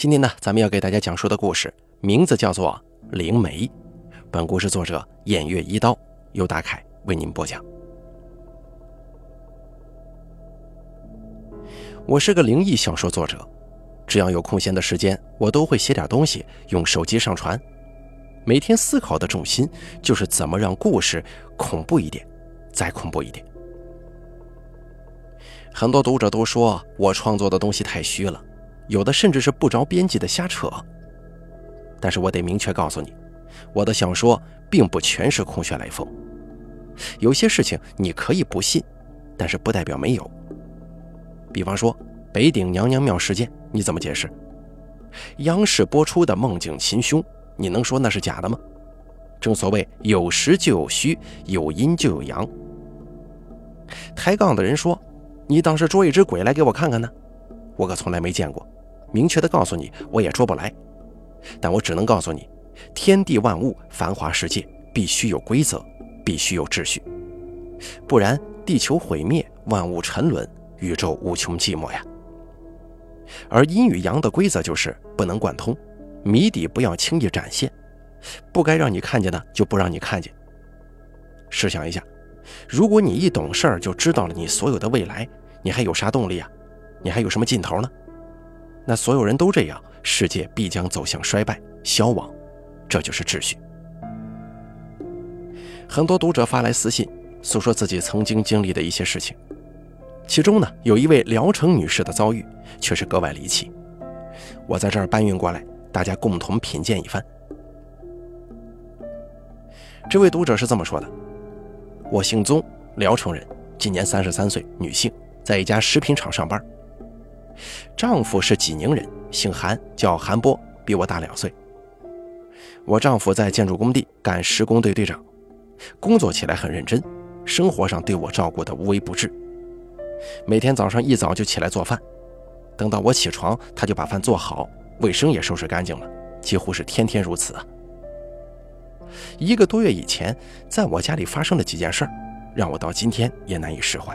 今天呢，咱们要给大家讲述的故事名字叫做《灵媒》。本故事作者偃月一刀，由大凯为您播讲。我是个灵异小说作者，只要有空闲的时间，我都会写点东西，用手机上传。每天思考的重心就是怎么让故事恐怖一点，再恐怖一点。很多读者都说我创作的东西太虚了，有的甚至是不着边际的瞎扯。但是我得明确告诉你，我的小说并不全是空穴来风。有些事情你可以不信，但是不代表没有。比方说北顶娘娘庙事件，你怎么解释？央视播出的梦境秦凶，你能说那是假的吗？正所谓有实就有虚，有阴就有阳。抬杠的人说，你当是捉一只鬼来给我看看呢？我可从来没见过，明确的告诉你，我也捉不来。但我只能告诉你，天地万物，繁华世界必须有规则，必须有秩序，不然地球毁灭，万物沉沦，宇宙无穷寂寞呀。而阴与阳的规则就是不能贯通，谜底不要轻易展现，不该让你看见的就不让你看见。试想一下，如果你一懂事儿就知道了你所有的未来，你还有啥动力啊？你还有什么劲头呢？那所有人都这样，世界必将走向衰败消亡，这就是秩序。很多读者发来私信，诉说自己曾经经历的一些事情，其中呢，有一位聊城女士的遭遇却是格外离奇。我在这儿搬运过来，大家共同品鉴一番。这位读者是这么说的：我姓宗，聊城人，今年33岁，女性，在一家食品厂上班。丈夫是济宁人，姓韩，叫韩波，比我大2岁。我丈夫在建筑工地干施工队队长，工作起来很认真，生活上对我照顾得无微不至。每天早上一早就起来做饭，等到我起床，他就把饭做好，卫生也收拾干净了，几乎是天天如此啊。1个多月以前，在我家里发生了几件事，让我到今天也难以释怀。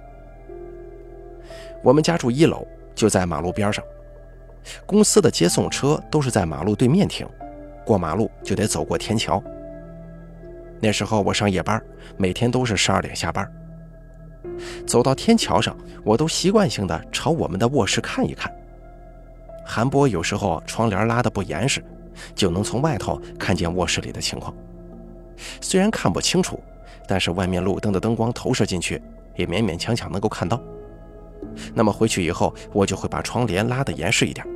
我们家住1楼，就在马路边上，公司的接送车都是在马路对面停，过马路就得走过天桥。那时候我上夜班，每天都是12点下班。走到天桥上，我都习惯性的朝我们的卧室看一看。韩波有时候窗帘拉得不严实，就能从外头看见卧室里的情况。虽然看不清楚，但是外面路灯的灯光投射进去，也勉勉强强能够看到。那么回去以后，我就会把窗帘拉得严实一点。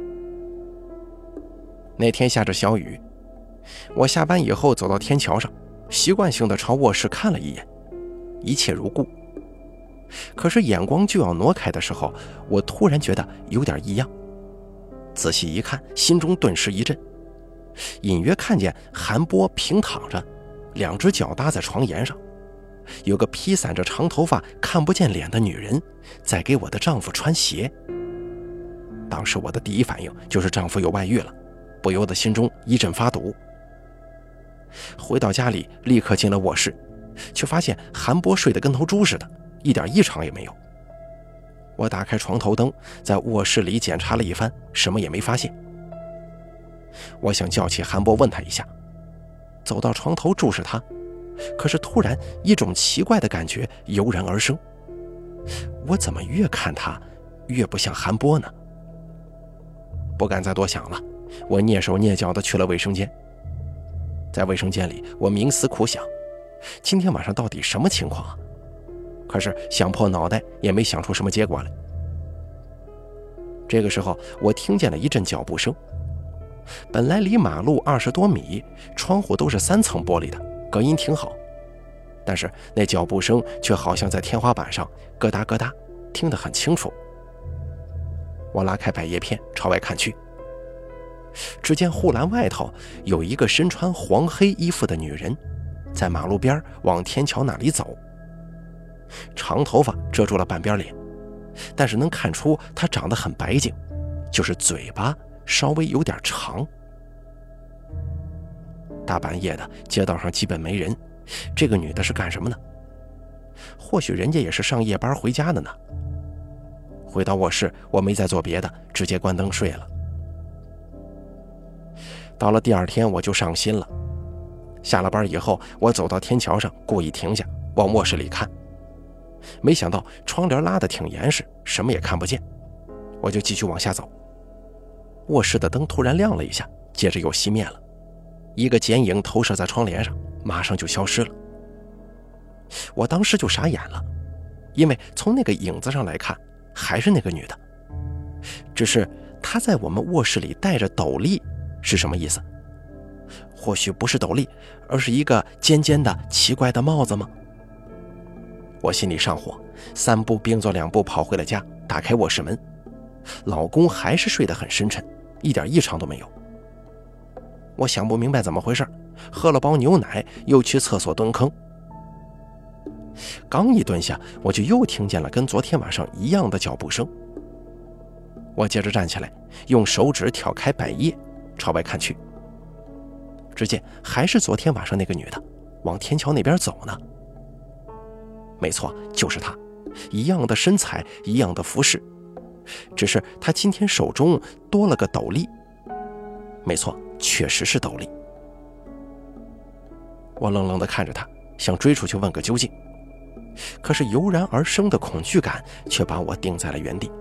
那天下着小雨，我下班以后走到天桥上，习惯性的朝卧室看了一眼，一切如故。可是眼光就要挪开的时候，我突然觉得有点异样。仔细一看，心中顿时一震，隐约看见韩波平躺着，2只脚搭在床沿上，有个披散着长头发看不见脸的女人在给我的丈夫穿鞋。当时我的第一反应就是丈夫有外遇了，不由得心中一阵发堵。回到家里，立刻进了卧室，却发现韩波睡得跟头猪似的，一点异常也没有。我打开床头灯，在卧室里检查了一番，什么也没发现。我想叫起韩波问他一下，走到床头注视他，可是突然一种奇怪的感觉油然而生，我怎么越看他越不像韩波呢？不敢再多想了，我蹑手蹑脚地去了卫生间。在卫生间里，我冥思苦想，今天晚上到底什么情况啊？可是想破脑袋也没想出什么结果来。这个时候，我听见了一阵脚步声。本来离马路20多米，窗户都是3层玻璃的，隔音挺好，但是那脚步声却好像在天花板上咯哒咯哒，听得很清楚。我拉开百叶片朝外看去，只见护栏外头有一个身穿黄黑衣服的女人，在马路边往天桥那里走。长头发遮住了半边脸，但是能看出她长得很白净，就是嘴巴稍微有点长。大半夜的，街道上基本没人，这个女的是干什么呢？或许人家也是上夜班回家的呢。回到卧室，我没再做别的，直接关灯睡了。 到了第二天我就上心了。下了班以后，我走到天桥上，故意停下往卧室里看，没想到窗帘拉得挺严实，什么也看不见。我就继续往下走，卧室的灯突然亮了一下，接着又熄灭了，一个剪影投射在窗帘上，马上就消失了。我当时就傻眼了，因为从那个影子上来看，还是那个女的，只是她在我们卧室里戴着斗笠，是什么意思？或许不是斗笠，而是一个尖尖的奇怪的帽子吗？我心里上火，3步并作2步跑回了家，打开卧室门，老公还是睡得很深沉，一点异常都没有。我想不明白怎么回事，喝了包牛奶，又去厕所蹲坑。刚一蹲下，我就又听见了跟昨天晚上一样的脚步声。我接着站起来，用手指挑开百叶，朝外看去，只见还是昨天晚上那个女的，往天桥那边走呢。没错，就是她，一样的身材，一样的服饰，只是她今天手中多了个斗笠。没错，确实是斗笠。我愣愣地看着她，想追出去问个究竟，可是油然而生的恐惧感却把我定在了原地。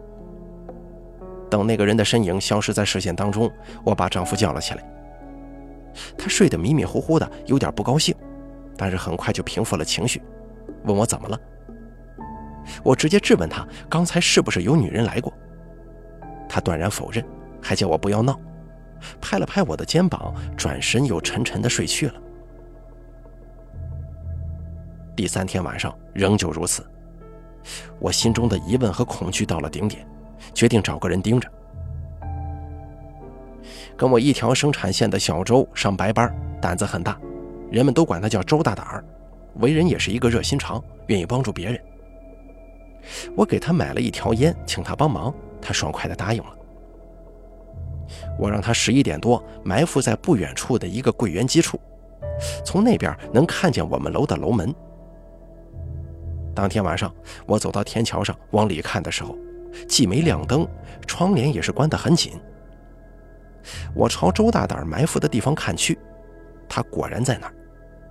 等那个人的身影消失在视线当中，我把丈夫叫了起来。他睡得迷迷糊糊的，有点不高兴，但是很快就平复了情绪，问我怎么了。我直接质问他刚才是不是有女人来过。他断然否认，还叫我不要闹，拍了拍我的肩膀，转身又沉沉地睡去了。第3天晚上仍旧如此，我心中的疑问和恐惧到了顶点，决定找个人盯着。跟我一条生产线的小周上白班，胆子很大，人们都管他叫周大胆儿，为人也是一个热心肠，愿意帮助别人。我给他买了一条烟，请他帮忙，他爽快地答应了。我让他11点多埋伏在不远处的一个柜员机处，从那边能看见我们楼的楼门。当天晚上我走到天桥上往里看的时候，既没亮灯，窗帘也是关得很紧。我朝周大胆埋伏的地方看去，他果然在那儿。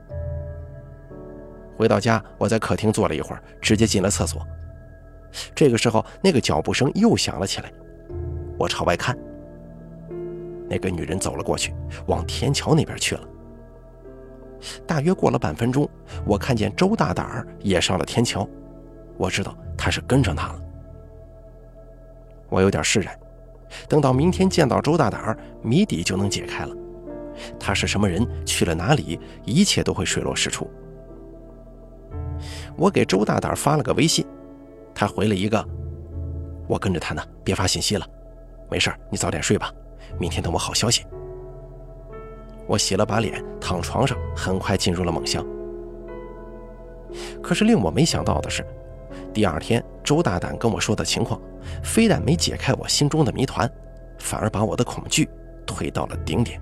回到家，我在客厅坐了一会儿，直接进了厕所。这个时候，那个脚步声又响了起来，我朝外看，那个女人走了过去，往天桥那边去了。大约过了半分钟，我看见周大胆也上了天桥，我知道他是跟上他了。我有点释然，等到明天见到周大胆，谜底就能解开了。他是什么人，去了哪里，一切都会水落石出。我给周大胆发了个微信，他回了一个：我跟着他呢，别发信息了，没事，你早点睡吧，明天等我好消息。我洗了把脸，躺床上，很快进入了梦乡。可是令我没想到的是，第二天周大胆跟我说的情况，非但没解开我心中的谜团，反而把我的恐惧推到了顶点。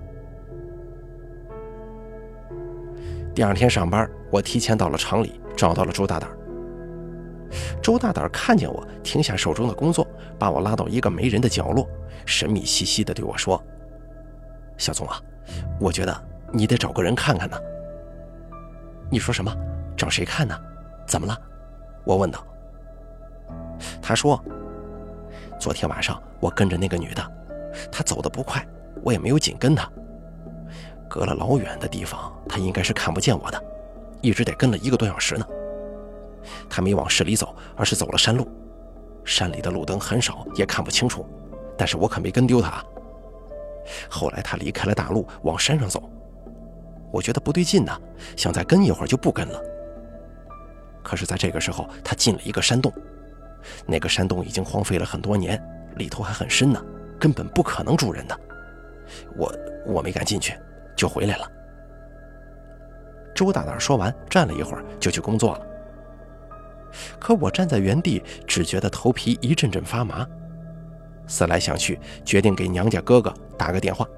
第二天上班，我提前到了厂里，找到了周大胆。周大胆看见我，停下手中的工作，把我拉到一个没人的角落，神秘兮兮地对我说：小宗啊，我觉得你得找个人看看呢。你说什么？找谁看呢？怎么了？我问道。他说，昨天晚上我跟着那个女的，她走得不快，我也没有紧跟她，隔了老远的地方，她应该是看不见我的，一直得跟了1个多小时呢。她没往市里走，而是走了山路，山里的路灯很少，也看不清楚，但是我可没跟丢她。后来她离开了大路，往山上走，我觉得不对劲呢，想再跟一会儿就不跟了。可是在这个时候，她进了一个山洞，那个山洞已经荒废了很多年，里头还很深呢，根本不可能住人的。我没敢进去，就回来了。周大胆说完，站了一会儿就去工作了。可我站在原地，只觉得头皮一阵阵发麻。思来想去，决定给娘家哥哥打个电话。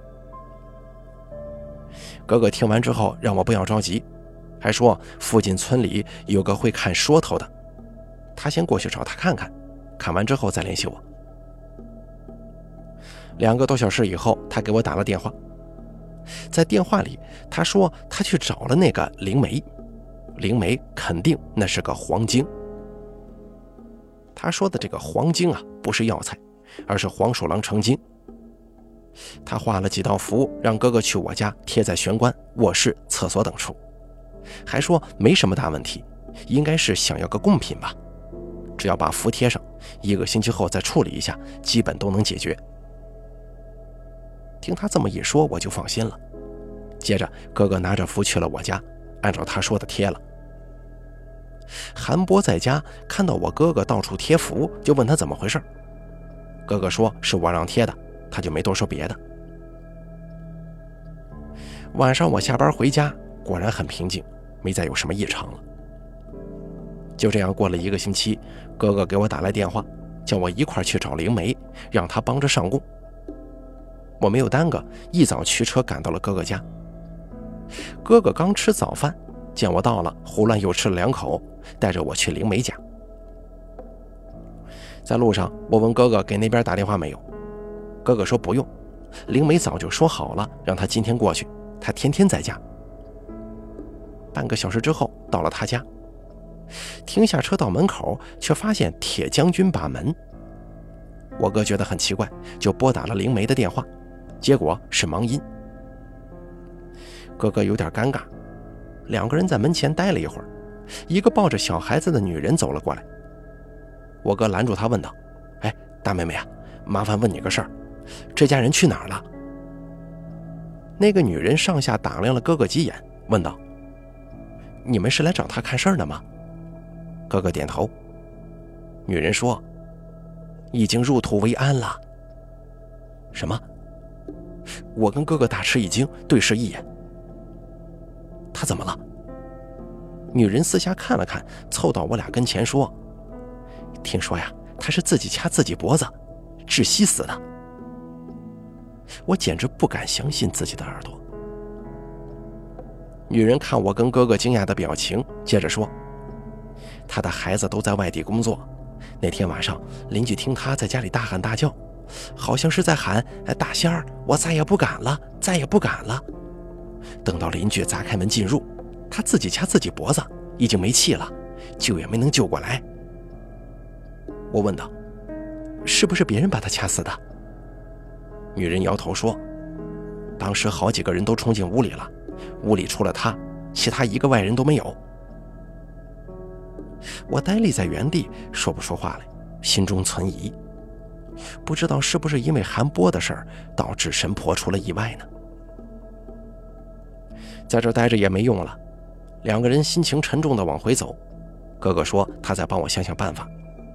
哥哥听完之后让我不要着急，还说附近村里有个会看说头的，他先过去找他看看，看完之后再联系我。2个多小时以后，他给我打了电话， 在电话里他说他去找了那个灵媒，灵媒肯定那是个黄精。他说的这个黄精啊，不是药材，而是黄鼠狼成精。他画了几道符，让哥哥去我家贴在玄关、卧室、厕所等处，还说没什么大问题，应该是想要个贡品吧，只要把符贴上，1个星期后再处理一下，基本都能解决。听他这么一说，我就放心了。接着哥哥拿着符去了我家，按照他说的贴了。韩波在家看到我哥哥到处贴符，就问他怎么回事。哥哥说是我让贴的，他就没多说别的。晚上我下班回家，果然很平静，没再有什么异常了。就这样过了1个星期，哥哥给我打来电话，叫我一块去找灵媒，让他帮着上供。我没有耽搁，一早驱车赶到了哥哥家。哥哥刚吃早饭，见我到了，胡乱又吃了2口，带着我去灵媒家。在路上，我问哥哥给那边打电话没有，哥哥说不用，灵媒早就说好了，让他今天过去，他天天在家。半个小时之后到了他家，停下车到门口，却发现铁将军把门。我哥觉得很奇怪，就拨打了灵媒的电话，结果是忙音。哥哥有点尴尬，2个人在门前待了一会儿，一个抱着小孩子的女人走了过来。我哥拦住他问道：哎，大妹妹啊，麻烦问你个事儿，这家人去哪儿了？那个女人上下打量了哥哥几眼，问道：你们是来找他看事儿的吗？哥哥点头。女人说：已经入土为安了。什么？我跟哥哥大吃一惊，对视一眼。他怎么了？女人四下看了看，凑到我俩跟前说：听说呀，他是自己掐自己脖子，窒息死的。我简直不敢相信自己的耳朵。女人看我跟哥哥惊讶的表情，接着说：他的孩子都在外地工作，那天晚上邻居听他在家里大喊大叫，好像是在喊大仙儿，我再也不敢了，再也不敢了。等到邻居砸开门进入，他自己掐自己脖子，已经没气了，救也没能救过来。我问道：是不是别人把他掐死的？女人摇头说：当时好几个人都冲进屋里了，屋里除了他，其他1个外人都没有。我呆立在原地，说不出话来，心中存疑，不知道是不是因为韩波的事儿导致神婆出了意外呢？在这待着也没用了，2个人心情沉重地往回走。哥哥说他在帮我想想办法。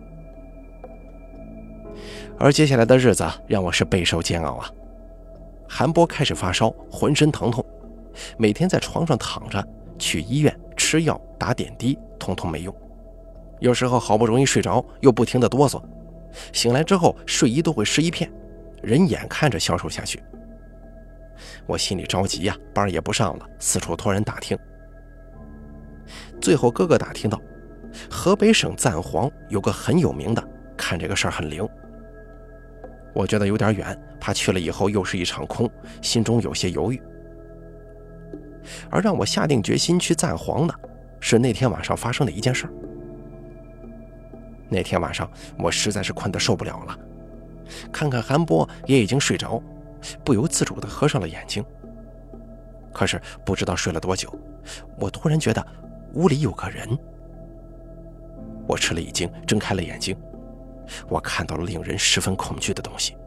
而接下来的日子让我是备受煎熬啊！韩波开始发烧，浑身疼痛，每天在床上躺着，去医院吃药打点滴，通通没用。有时候好不容易睡着，又不停地哆嗦，醒来之后睡衣都会湿一片，人眼看着消瘦下去。我心里着急呀，班也不上了，四处托人打听。最后哥哥打听到河北省赞皇有个很有名的，看这个事儿很灵。我觉得有点远，怕去了以后又是一场空，心中有些犹豫。而让我下定决心去赞皇的是那天晚上发生的一件事。那天晚上我实在是困得受不了了，看看韩波也已经睡着，不由自主地合上了眼睛。可是不知道睡了多久，我突然觉得屋里有个人。我吃了一惊，睁开了眼睛，我看到了令人十分恐惧的东西。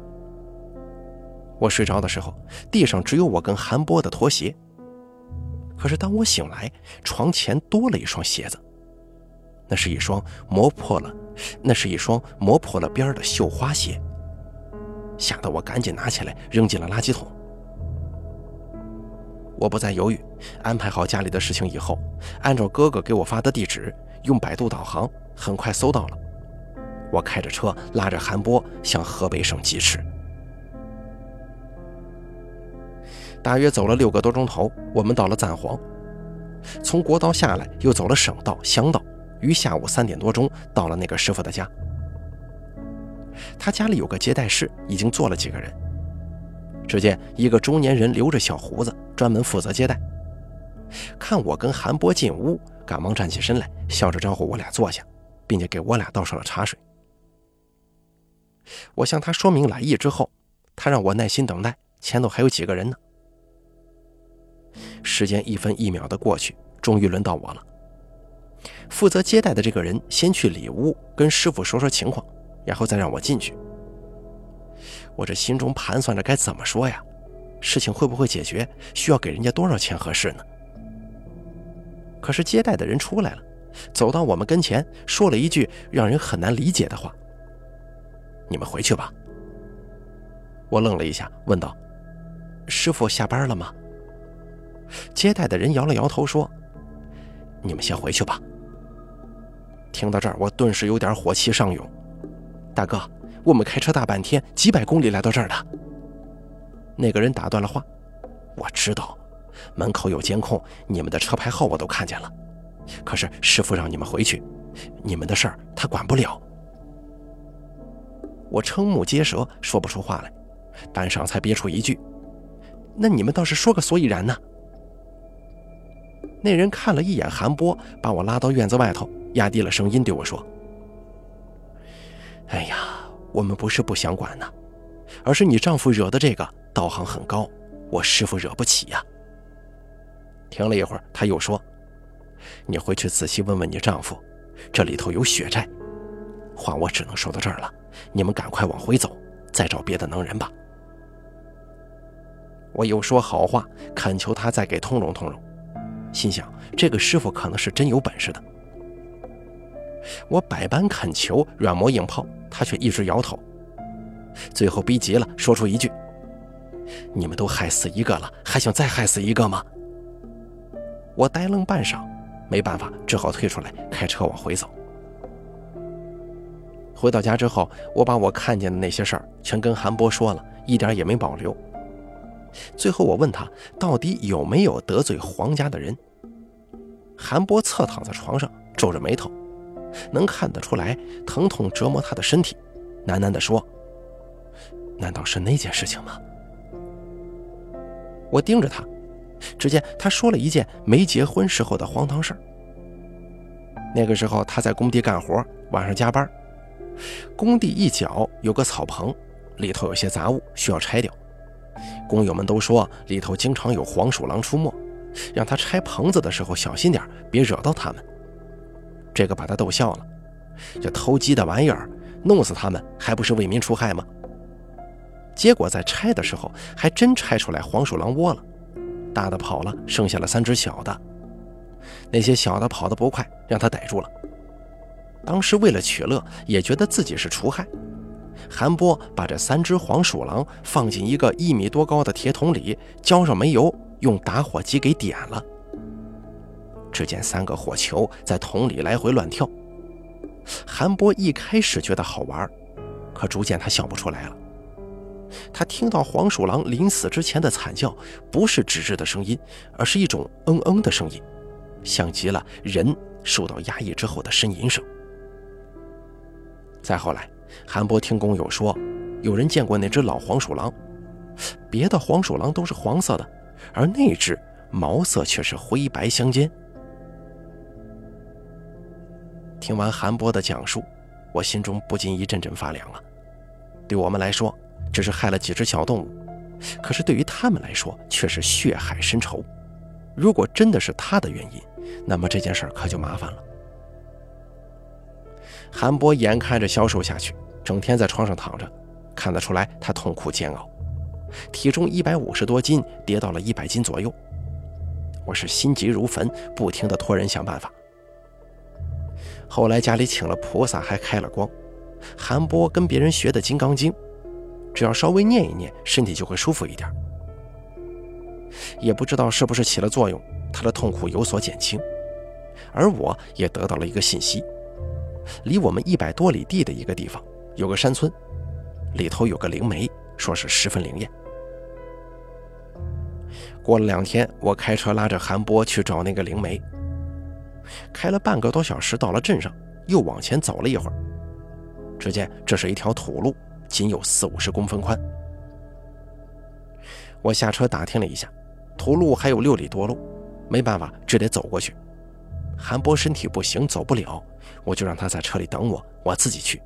我睡着的时候，地上只有我跟韩波的拖鞋，可是当我醒来，床前多了一双鞋子，那是一双磨破了边的绣花鞋，吓得我赶紧拿起来扔进了垃圾桶。我不再犹豫，安排好家里的事情以后，按照哥哥给我发的地址，用百度导航很快搜到了。我开着车拉着韩波向河北省疾驰。大约走了6个多钟头，我们到了赞皇。从国道下来，又走了省道、乡道，于下午3点多钟到了那个师傅的家。他家里有个接待室，已经坐了几个人。 只见一个中年人留着小胡子，专门负责接待。看我跟韩波进屋，赶忙站起身来，笑着招呼我俩坐下，并且给我俩倒上了茶水。我向他说明来意之后，他让我耐心等待，前头还有几个人呢。时间一分一秒的过去，终于轮到我了。负责接待的这个人先去里屋跟师傅说说情况，然后再让我进去。我这心中盘算着该怎么说呀，事情会不会解决，需要给人家多少钱合适呢？可是接待的人出来了，走到我们跟前，说了一句让人很难理解的话：你们回去吧。我愣了一下，问道：师傅下班了吗？接待的人摇了摇头说：你们先回去吧。听到这儿，我顿时有点火气上涌。大哥，我们开车大半天，几百公里来到这儿的。那个人打断了话：我知道，门口有监控，你们的车牌号我都看见了。可是师傅让你们回去，你们的事儿他管不了。我瞠目结舌，说不出话来，半晌才憋出一句：那你们倒是说个所以然呢？那人看了一眼韩波，把我拉到院子外头，压低了声音对我说：哎呀，我们不是不想管呢，而是你丈夫惹的这个道行很高，我师父惹不起呀。停了一会儿，他又说：你回去仔细问问你丈夫，这里头有血债。话我只能说到这儿了，你们赶快往回走，再找别的能人吧。我又说好话，恳求他再给通融通融，心想这个师傅可能是真有本事的。我百般恳求，软磨硬泡，他却一直摇头，最后逼急了，说出一句：你们都害死一个了，还想再害死一个吗？我呆愣半晌，没办法，只好退出来，开车往回走。回到家之后，我把我看见的那些事儿全跟韩波说了，一点也没保留。最后我问他到底有没有得罪黄家的人。韩波侧躺在床上，皱着眉头，能看得出来疼痛折磨他的身体，喃喃地说：难道是那件事情吗？我盯着他，只见他说了一件没结婚时候的荒唐事儿。那个时候他在工地干活，晚上加班，工地一角有个草棚，里头有些杂物需要拆掉。工友们都说里头经常有黄鼠狼出没，让他拆棚子的时候小心点，别惹到他们。这个把他逗笑了，这偷鸡的玩意儿，弄死他们还不是为民除害吗？结果在拆的时候还真拆出来黄鼠狼窝了，大的跑了，剩下了3只小的。那些小的跑得不快，让他逮住了。当时为了取乐，也觉得自己是除害。韩波把这3只黄鼠狼放进一个1米多高的铁桶里，浇上煤油，用打火机给点了。只见3个火球在桶里来回乱跳。韩波一开始觉得好玩，可逐渐他笑不出来了。他听到黄鼠狼临死之前的惨叫，不是吱吱的声音，而是一种的声音，像极了人受到压抑之后的呻吟声。再后来，韩波听工友说，有人见过那只老黄鼠狼，别的黄鼠狼都是黄色的，而那只毛色却是灰白相间。听完韩波的讲述，我心中不禁一阵阵发凉了。对我们来说，只是害了几只小动物，可是对于他们来说，却是血海深仇。如果真的是他的原因，那么这件事可就麻烦了。韩波眼看着消瘦下去，整天在床上躺着，看得出来他痛苦煎熬，体重150多斤，跌到了100斤左右。我是心急如焚，不停地托人想办法。后来家里请了菩萨，还开了光。韩波跟别人学的金刚经，只要稍微念一念，身体就会舒服一点。也不知道是不是起了作用，他的痛苦有所减轻。而我也得到了一个信息，离我们100多里地的一个地方有个山村，里头有个灵媒，说是十分灵验。过了2天，我开车拉着韩波去找那个灵媒。开了半个多小时，到了镇上，又往前走了一会儿，只见这是一条土路，仅有40-50公分宽。 我下车打听了一下，途路还有6里多路，没办法，只得走过去。韩波身体不行，走不了，我就让他在车里等我，我自己去。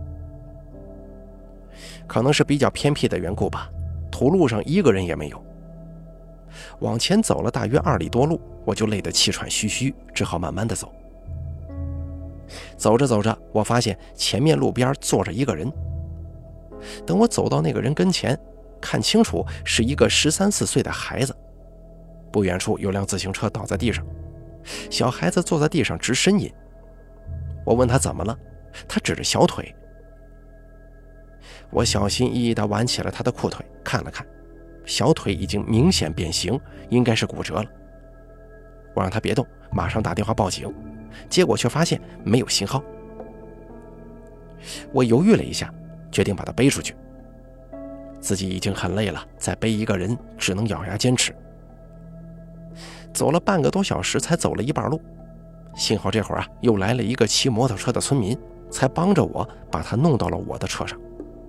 可能是比较偏僻的缘故吧，途路上一个人也没有。往前走了大约2里多路，我就累得气喘吁吁，只好慢慢的走。走着走着，我发现前面路边坐着一个人。等我走到那个人跟前，看清楚是一个13、14岁的孩子。不远处有辆自行车倒在地上，小孩子坐在地上直呻吟。我问他怎么了，他指着小腿。我小心翼翼地挽起了他的裤腿，看了看，小腿已经明显变形，应该是骨折了。我让他别动，马上打电话报警，结果却发现没有信号。我犹豫了一下，决定把他背出去。自己已经很累了，再背一个人只能咬牙坚持。走了半个多小时才走了一半路，幸好这会儿又来了一个骑摩托车的村民，才帮着我把他弄到了我的车上。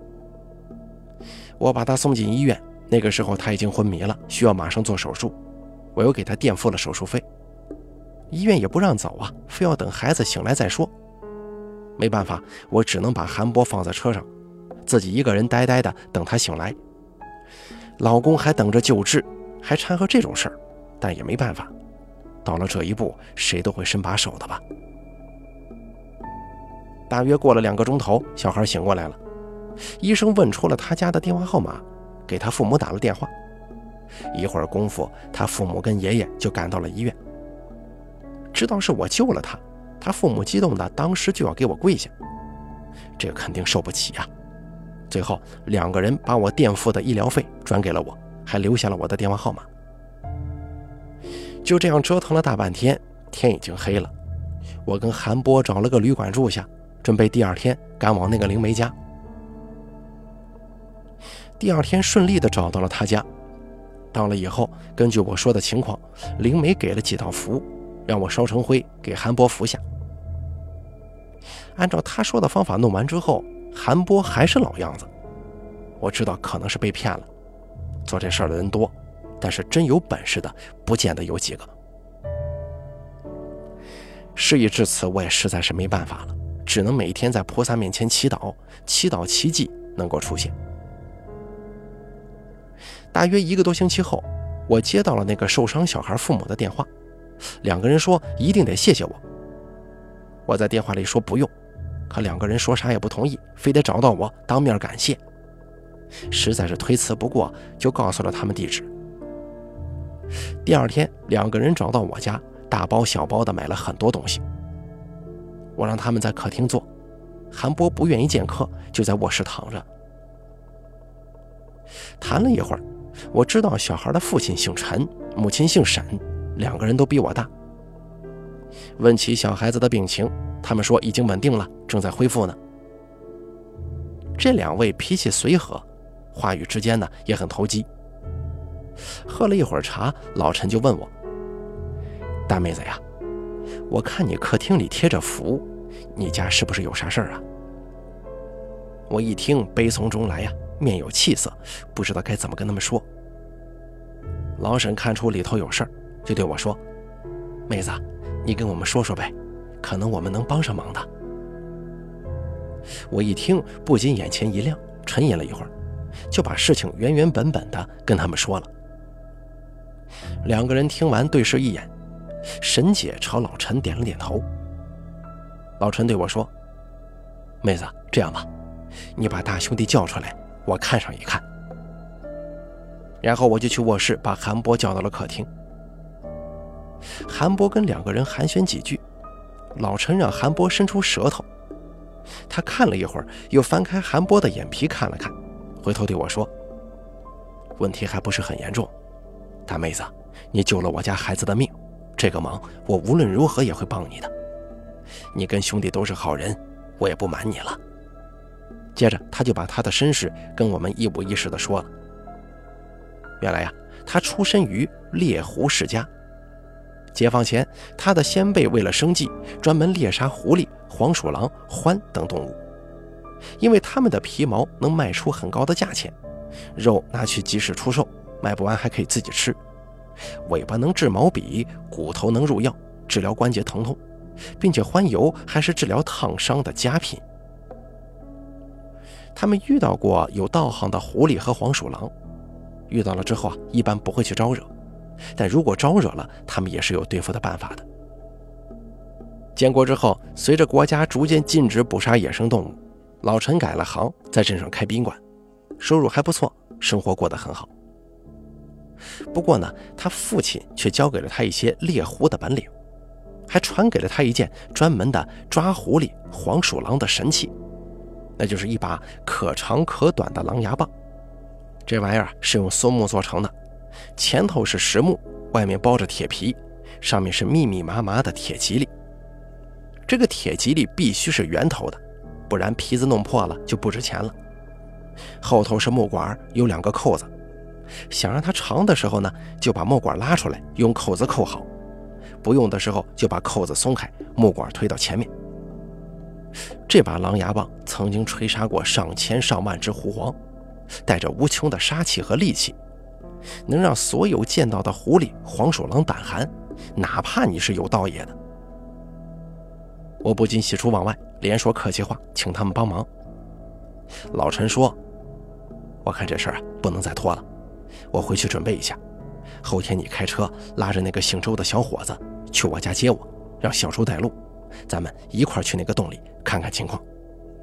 我把他送进医院，那个时候他已经昏迷了，需要马上做手术，我又给他垫付了手术费。医院也不让走非要等孩子醒来再说。没办法，我只能把韩波放在车上，自己一个人呆呆的等他醒来。老公还等着救治，还掺和这种事儿，但也没办法，到了这一步，谁都会伸把手的吧。大约过了2个钟头，小孩醒过来了，医生问出了他家的电话号码，给他父母打了电话。一会儿功夫，他父母跟爷爷就赶到了医院。知道是我救了他，他父母激动的当时就要给我跪下，这个肯定受不起最后2个人把我垫付的医疗费转给了我，还留下了我的电话号码。就这样折腾了大半天，天已经黑了。我跟韩波找了个旅馆住下，准备第2天赶往那个灵梅家。第2天顺利的找到了他家，到了以后，根据我说的情况，灵梅给了几道符，让我烧成灰给韩波服下。按照他说的方法弄完之后，韩波还是老样子。我知道可能是被骗了，做这事儿的人多，但是真有本事的不见得有几个。事已至此，我也实在是没办法了，只能每天在菩萨面前祈祷，祈祷奇迹能够出现。大约1个多星期后，我接到了那个受伤小孩父母的电话，2个人说一定得谢谢我。我在电话里说不用，可2个人说啥也不同意，非得找到我当面感谢。实在是推辞不过，就告诉了他们地址。第2天，2个人找到我家，大包小包的买了很多东西。我让他们在客厅坐，韩波不愿意见客，就在卧室躺着。谈了一会儿，我知道小孩的父亲姓陈，母亲姓沈，2个人都比我大。问起小孩子的病情，他们说已经稳定了，正在恢复呢。这2位脾气随和，话语之间呢也很投机。喝了一会儿茶，老陈就问我：大妹子呀，我看你客厅里贴着符，你家是不是有啥事儿啊？我一听悲从中来面有气色，不知道该怎么跟他们说。老沈看出里头有事儿，就对我说：妹子，你跟我们说说呗，可能我们能帮上忙的。我一听不禁眼前一亮，沉吟了一会儿，就把事情原原本本的跟他们说了。2个人听完对视一眼，沈姐朝老陈点了点头。老陈对我说：妹子，这样吧，你把大兄弟叫出来，我看上一看。然后我就去卧室把韩波叫到了客厅。韩波跟2个人寒暄几句，老陈让韩波伸出舌头，他看了一会儿，又翻开韩波的眼皮看了看，回头对我说：问题还不是很严重，大妹子，你救了我家孩子的命，这个忙我无论如何也会帮你的。你跟兄弟都是好人，我也不瞒你了。接着他就把他的身世跟我们一五一十地说了。原来他出身于猎狐世家，解放前他的先辈为了生计，专门猎杀狐狸、黄鼠狼、獾等动物，因为他们的皮毛能卖出很高的价钱，肉拿去集市出售， 卖不完还可以自己吃。尾巴能治毛笔，骨头能入药，治疗关节疼痛，并且环油还是治疗烫伤的佳品。他们遇到过有道行的狐狸和黄鼠狼，遇到了之后一般不会去招惹，但如果招惹了，他们也是有对付的办法的。建国之后，随着国家逐渐禁止捕杀野生动物，老陈改了行，在镇上开宾馆，收入还不错，生活过得很好。不过呢，他父亲却教给了他一些猎狐的本领，还传给了他一件专门的抓狐狸、黄鼠狼的神器，那就是一把可长可短的狼牙棒。这玩意儿是用松木做成的，前头是实木，外面包着铁皮，上面是密密麻麻的铁蒺藜。这个铁蒺藜必须是圆头的，不然皮子弄破了就不值钱了。后头是木管，有2个扣子，想让它长的时候呢，就把木管拉出来，用扣子扣好，不用的时候就把扣子松开，木管推到前面。这把狼牙棒曾经吹杀过上千上万只狐黄，带着无穷的杀气和戾气，能让所有见到的狐狸、黄鼠狼胆寒，哪怕你是有道爷的。我不禁喜出望外，连说客气话，请他们帮忙。老陈说：“我看这事儿不能再拖了，我回去准备一下，后天你开车拉着那个姓周的小伙子去我家接我，让小周带路，咱们一块儿去那个洞里看看情况。”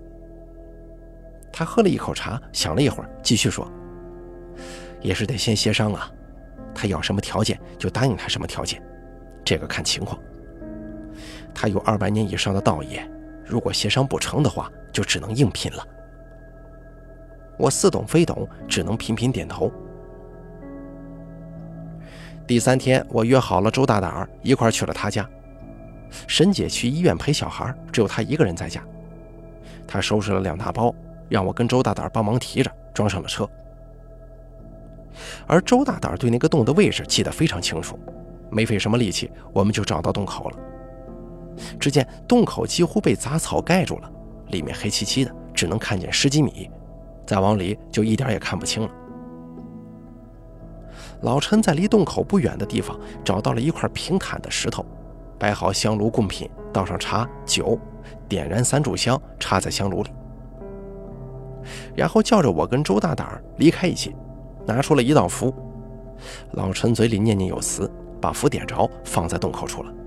他喝了一口茶，想了一会儿，继续说：“也是得先协商啊，他要什么条件就答应他什么条件，这个看情况。他有200年以上的道业，如果协商不成的话，就只能硬拼了。”我似懂非懂，只能频频点头。第3天，我约好了周大胆儿一块儿去了他家。沈姐去医院陪小孩，只有他一个人在家。他收拾了2大包，让我跟周大胆儿帮忙提着，装上了车。而周大胆儿对那个洞的位置记得非常清楚，没费什么力气，我们就找到洞口了。只见洞口几乎被杂草盖住了，里面黑漆漆的，只能看见10几米，再往里就一点也看不清了。老陈在离洞口不远的地方找到了一块平坦的石头，摆好香炉供品，倒上茶酒，点燃3炷香，插在香炉里，然后叫着我跟周大胆儿离开一起，拿出了一道符。老陈嘴里念念有词，把符点着，放在洞口处了。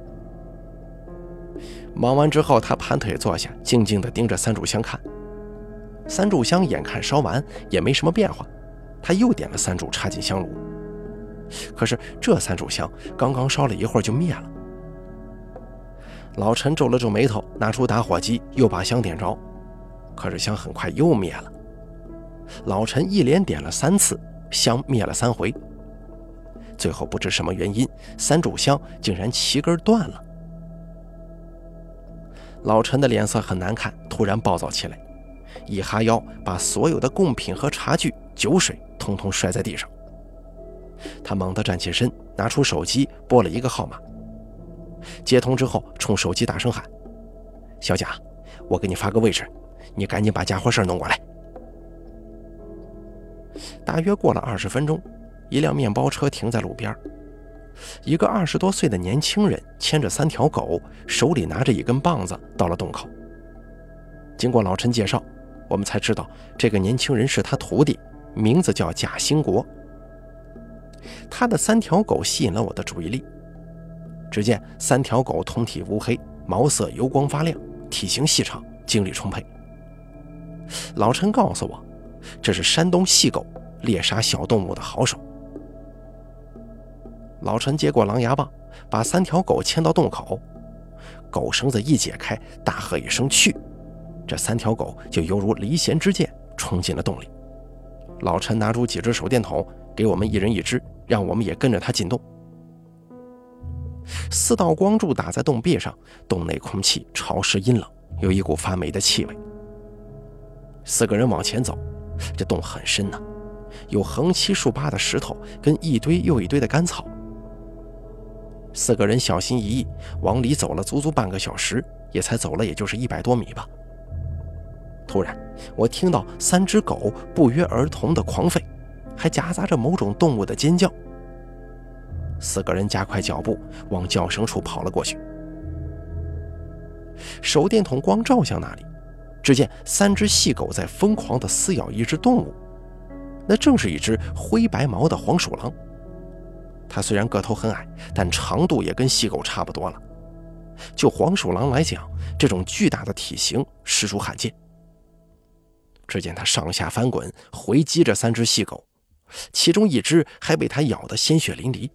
忙完之后，他盘腿坐下，静静地盯着3炷香看。3炷香眼看烧完，也没什么变化，他又点了3炷插进香炉。可是这3炷香刚刚烧了一会儿就灭了。老陈皱了皱眉头，拿出打火机，又把香点着，可是香很快又灭了。老陈一连点了3次，香灭了3回。最后不知什么原因，3炷香竟然7根断了。老陈的脸色很难看，突然暴躁起来，一哈腰把所有的贡品和茶具、酒水统统摔在地上。他猛地站起身，拿出手机拨了一个号码，接通之后冲手机大声喊：“小贾，我给你发个位置，你赶紧把家伙事弄过来。”大约过了20分钟，一辆面包车停在路边，一个20多岁的年轻人牵着3条狗，手里拿着一根棒子到了洞口。经过老陈介绍，我们才知道这个年轻人是他徒弟，名字叫贾兴国。他的3条狗吸引了我的注意力。只见3条狗通体乌黑，毛色油光发亮，体型细长，精力充沛。老陈告诉我，这是山东细狗，猎杀小动物的好手。老陈接过狼牙棒，把3条狗牵到洞口，狗绳子一解开，大喝一声去，这3条狗就犹如离弦之箭冲进了洞里。老陈拿出几只手电筒，给我们一人1支，让我们也跟着他进洞。4道光柱打在洞壁上，洞内空气潮湿阴冷，有一股发霉的气味。4个人往前走，这洞很深呐，有横7竖8的石头跟一堆又一堆的干草。4个人小心翼翼往里走了足足半个小时，也才走了也就是100多米吧。突然我听到3只狗不约而同的狂吠， 还夹杂着某种动物的尖叫。4个人加快脚步往叫声处跑了过去。手电筒光照向那里，只见3只细狗在疯狂地撕咬一只动物，那正是一只灰白毛的黄鼠狼。它虽然个头很矮，但长度也跟细狗差不多了。就黄鼠狼来讲，这种巨大的体型实属罕见。只见它上下翻滚，回击着3只细狗，其中一只还被它咬得鲜血淋漓。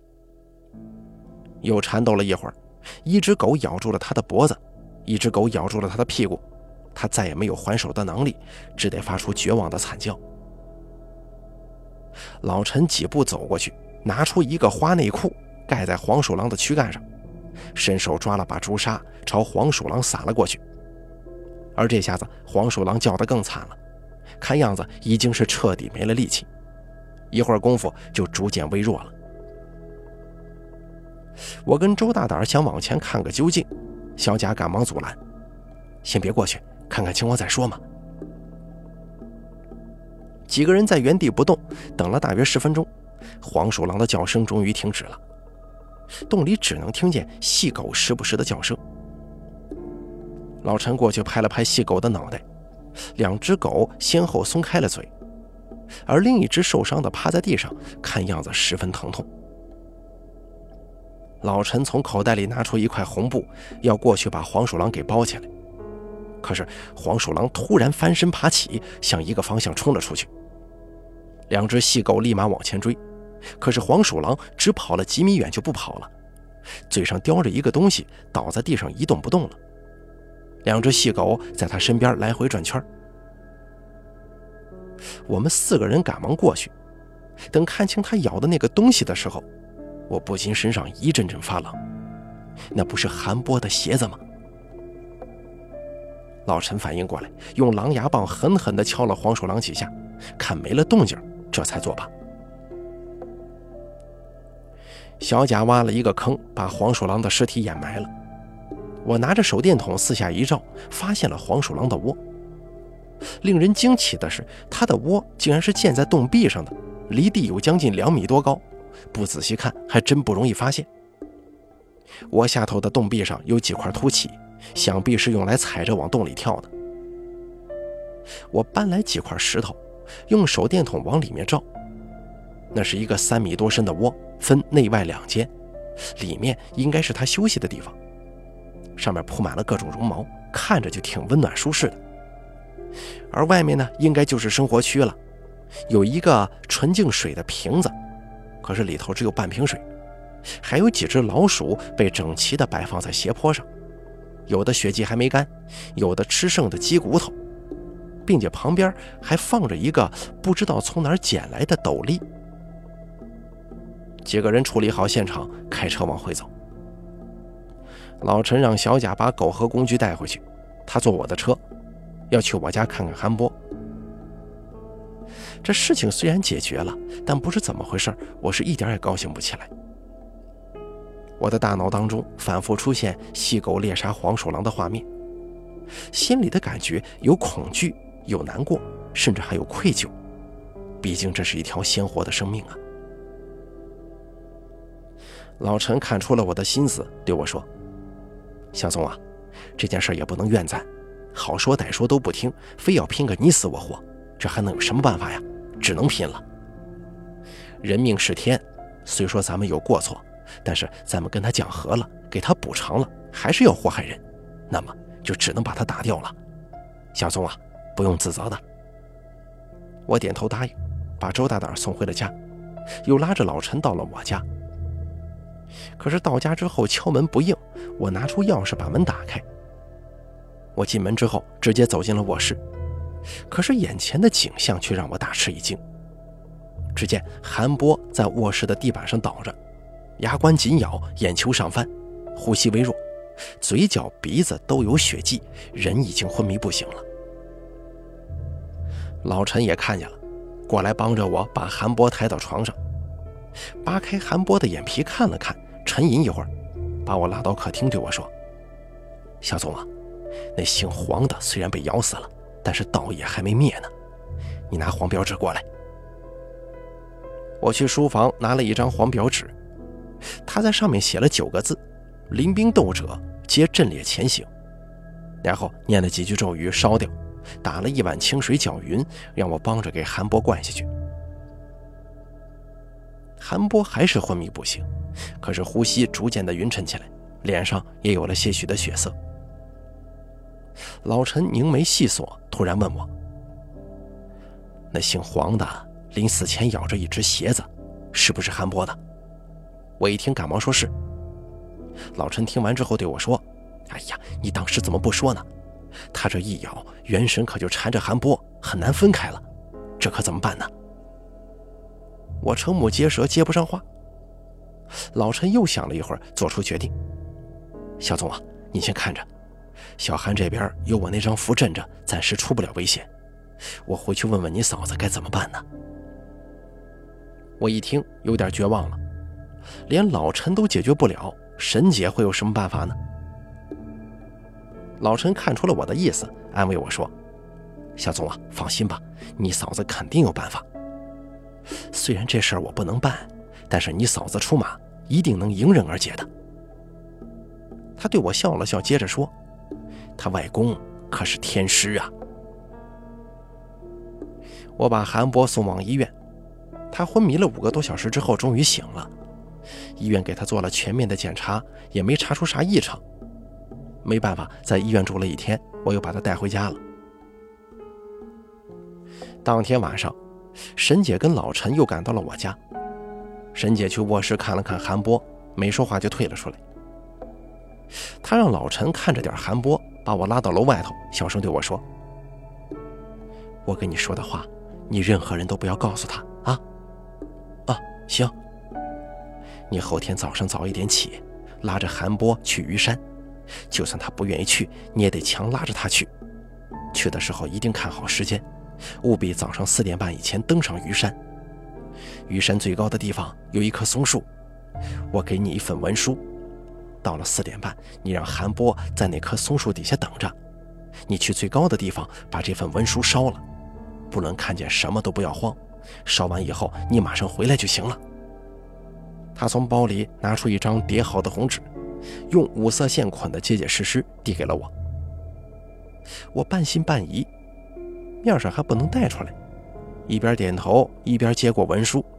又缠斗了一会儿，一只狗咬住了它的脖子，一只狗咬住了它的屁股，它再也没有还手的能力，只得发出绝望的惨叫。老陈几步走过去，拿出一个花内裤盖在黄鼠狼的躯干上，伸手抓了把朱砂朝黄鼠狼撒了过去。而这下子黄鼠狼叫得更惨了，看样子已经是彻底没了力气，一会儿功夫就逐渐微弱了。我跟周大胆想往前看个究竟，小贾赶忙阻拦：“先别过去，看看情况再说嘛。”几个人在原地不动，等了大约10分钟，黄鼠狼的叫声终于停止了，洞里只能听见细狗时不时的叫声。老陈过去拍了拍细狗的脑袋，2只狗先后松开了嘴，而另一只受伤的趴在地上，看样子十分疼痛。老陈从口袋里拿出一块红布，要过去把黄鼠狼给包起来。可是黄鼠狼突然翻身爬起，向一个方向冲了出去。2只细狗立马往前追，可是黄鼠狼只跑了几米远就不跑了，嘴上叼着一个东西，倒在地上一动不动了。2只细狗在他身边来回转圈。我们4个人赶忙过去，等看清他咬的那个东西的时候，我不禁身上一阵阵发冷，那不是韩波的鞋子吗？老陈反应过来，用狼牙棒狠狠地敲了黄鼠狼几下，看没了动静，这才作罢。小贾挖了一个坑，把黄鼠狼的尸体掩埋了。我拿着手电筒四下一照，发现了黄鼠狼的窝。令人惊奇的是，它的窝竟然是建在洞壁上的，离地有将近2米多高，不仔细看还真不容易发现。窝下头的洞壁上有几块凸起，想必是用来踩着往洞里跳的。我搬来几块石头，用手电筒往里面照，那是一个3米多深的窝，分内外2间，里面应该是他休息的地方，上面铺满了各种绒毛，看着就挺温暖舒适的。而外面呢，应该就是生活区了，有一个纯净水的瓶子，可是里头只有半瓶水，还有几只老鼠被整齐地摆放在斜坡上，有的血迹还没干，有的吃剩的鸡骨头，并且旁边还放着一个不知道从哪儿捡来的斗笠。几个人处理好现场，开车往回走。老陈让小贾把狗和工具带回去，他坐我的车，要去我家看看韩波。这事情虽然解决了，但不知怎么回事，我是一点也高兴不起来。我的大脑当中反复出现细狗猎杀黄鼠狼的画面，心里的感觉有恐惧，有难过，甚至还有愧疚，毕竟这是一条鲜活的生命啊。老陈看出了我的心思，对我说：“小宗啊，这件事也不能怨咱，好说歹说都不听，非要拼个你死我活，这还能有什么办法呀？只能拼了。人命是天，虽说咱们有过错，但是咱们跟他讲和了，给他补偿了，还是要祸害人，那么就只能把他打掉了。小宗啊，不用自责的。”我点头答应，把周大胆送回了家，又拉着老陈到了我家。可是到家之后敲门不应，我拿出钥匙把门打开。我进门之后直接走进了卧室，可是眼前的景象却让我大吃一惊。只见韩波在卧室的地板上倒着，牙关紧咬，眼球上翻，呼吸微弱，嘴角鼻子都有血迹，人已经昏迷不醒了。老陈也看见了，过来帮着我把韩波抬到床上，扒开韩波的眼皮看了看，沉吟一会儿，把我拉到客厅对我说：“小宗啊，那姓黄的虽然被咬死了，但是道也还没灭呢，你拿黄标纸过来。” 我去书房拿了一张黄表纸，他在上面写了9个字：临兵斗者皆阵列前行。然后念了几句咒语烧掉，打了1碗清水搅匀，让我帮着给韩波灌下去。韩波还是昏迷不醒，可是呼吸逐渐的匀称起来，脸上也有了些许的血色。老陈凝眉细锁，突然问我：那姓黄的临死前咬着一只鞋子，是不是韩波的？我一听赶忙说是。老陈听完之后对我说：哎呀，你当时怎么不说呢？他这一咬，元神可就缠着韩波，很难分开了，这可怎么办呢？我瞠目结舌，接不上话。老陈又想了一会儿，做出决定：小总啊，你先看着，小韩这边有我那张符镇着，暂时出不了危险，我回去问问你嫂子该怎么办呢？我一听有点绝望了，连老陈都解决不了，沈姐会有什么办法呢？老陈看出了我的意思，安慰我说：小总啊，放心吧，你嫂子肯定有办法。虽然这事儿我不能办，但是你嫂子出马，一定能迎刃而解的。他对我笑了笑，接着说：他外公可是天师啊。我把韩波送往医院，他昏迷了5个多小时之后终于醒了，医院给他做了全面的检查，也没查出啥异常。没办法，在医院住了1天，我又把他带回家了。当天晚上，沈姐跟老陈又赶到了我家。沈姐去卧室看了看韩波，没说话就退了出来。她让老陈看着点韩波，把我拉到楼外头，小声对我说：我跟你说的话，你任何人都不要告诉他啊。啊，行。你后天早上早一点起，拉着韩波去虞山，就算他不愿意去，你也得强拉着他去。去的时候一定看好时间，务必早上4点半以前登上虞山。虞山最高的地方有一棵松树，我给你一份文书，到了4点半，你让韩波在那棵松树底下等着。你去最高的地方把这份文书烧了，不论看见什么都不要慌，烧完以后你马上回来就行了。他从包里拿出一张叠好的红纸，用5色线捆得结结实实，递给了我。我半信半疑，面上还不能带出来，一边点头一边接过文书。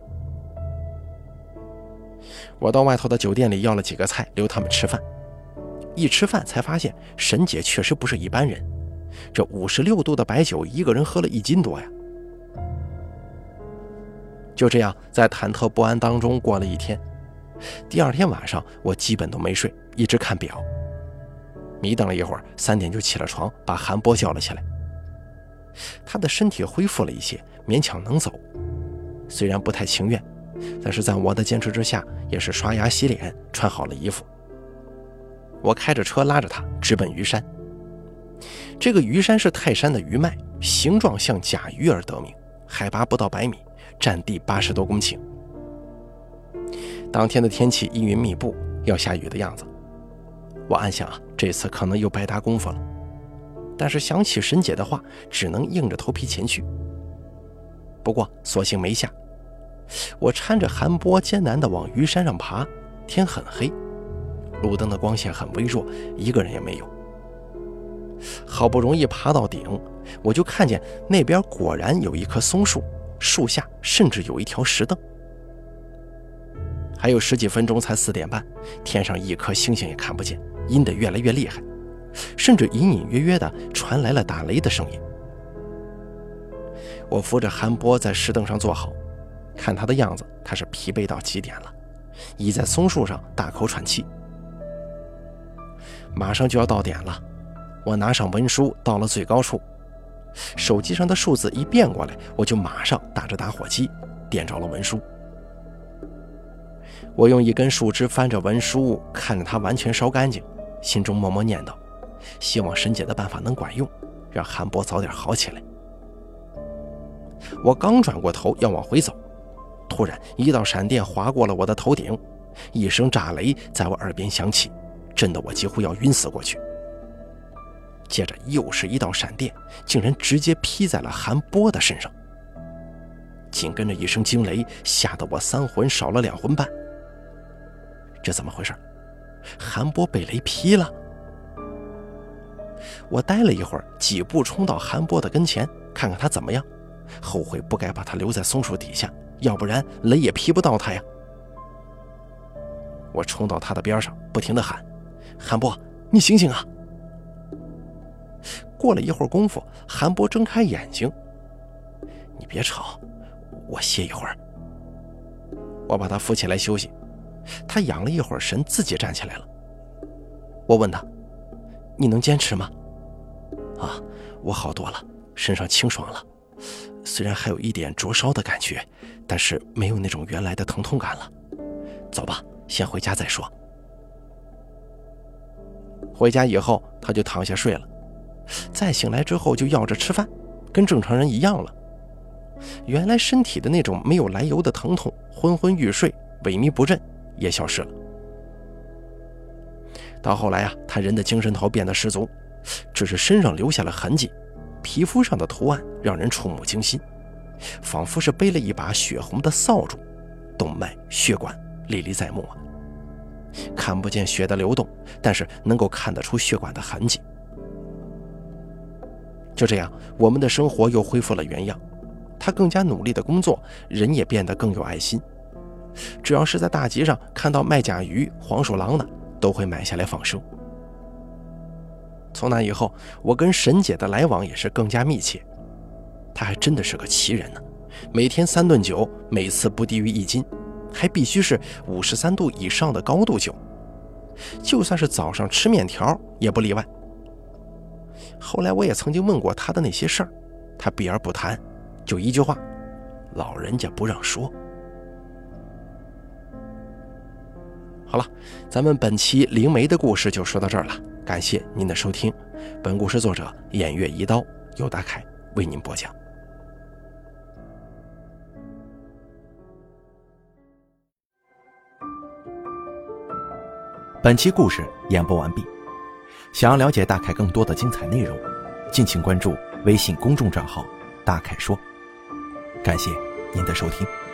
我到外头的酒店里要了几个菜留他们吃饭，一吃饭才发现沈姐确实不是一般人，这56度的白酒一个人喝了1斤多呀。就这样在忐忑不安当中过了1天。第2天晚上我基本都没睡，一直看表，迷瞪了一会儿，3点就起了床，把韩波叫了起来。他的身体恢复了一些，勉强能走，虽然不太情愿，但是在我的坚持之下，也是刷牙洗脸，穿好了衣服。我开着车拉着他直奔虞山。这个虞山是泰山的余脉，形状像甲鱼而得名，海拔不到100米，占地80多公顷。当天的天气阴云密布，要下雨的样子。我暗想这次可能又白搭功夫了，但是想起沈姐的话，只能硬着头皮前去。不过所幸没下。我搀着韩波艰难地往虞山上爬，天很黑，路灯的光线很微弱，一个人也没有。好不容易爬到顶，我就看见那边果然有一棵松树，树下甚至有一条石凳。还有10几分钟才4点半，天上一颗星星也看不见，阴得越来越厉害，甚至隐隐约约地传来了打雷的声音。我扶着韩波在石凳上坐好，看他的样子，他是疲惫到极点了，倚在松树上大口喘气。马上就要到点了，我拿上文书到了最高处，手机上的数字一变过来，我就马上打着打火机点着了文书。我用一根树枝翻着文书，看着它完全烧干净，心中默默念叨，希望沈姐的办法能管用，让韩波早点好起来。我刚转过头要往回走，突然一道闪电划过了我的头顶，一声炸雷在我耳边响起，震得我几乎要晕死过去。接着又是一道闪电，竟然直接劈在了韩波的身上。 紧跟着一声惊雷，吓得我3魂少了2魂半。这怎么回事？韩波被雷劈了？我呆了一会儿，几步冲到韩波的跟前，看看他怎么样，后悔不该把他留在松树底下，要不然雷也劈不到他呀。我冲到他的边上，不停地喊：韩波，你醒醒啊！过了一会儿功夫，韩波睁开眼睛：你别吵，我歇一会儿。我把他扶起来休息，他养了一会儿神，自己站起来了。我问他：你能坚持吗？啊，我好多了，身上清爽了，虽然还有一点灼烧的感觉，但是没有那种原来的疼痛感了。走吧，先回家再说。回家以后，他就躺下睡了。再醒来之后就要着吃饭，跟正常人一样了。原来身体的那种没有来由的疼痛，昏昏欲睡、萎靡不振也消失了。到后来啊，他人的精神头变得十足，只是身上留下了痕迹，皮肤上的图案让人触目惊心，仿佛是背了一把血红的扫帚，动脉、血管历历在目啊。看不见血的流动，但是能够看得出血管的痕迹。就这样，我们的生活又恢复了原样。他更加努力的工作，人也变得更有爱心。只要是在大集上看到卖甲鱼、黄鼠狼的，都会买下来放生。从那以后，我跟沈姐的来往也是更加密切。她还真的是个奇人呢，每天3顿酒，每次不低于1斤，还必须是53度以上的高度酒，就算是早上吃面条也不例外。后来我也曾经问过她的那些事儿，她避而不谈，就一句话：老人家不让说。好了，咱们本期灵媒的故事就说到这儿了，感谢您的收听。本故事作者偃月一刀，由大凯为您播讲。 本期故事演播完毕。想要了解大凯更多的精彩内容，敬请关注微信公众账号大凯说。感谢您的收听。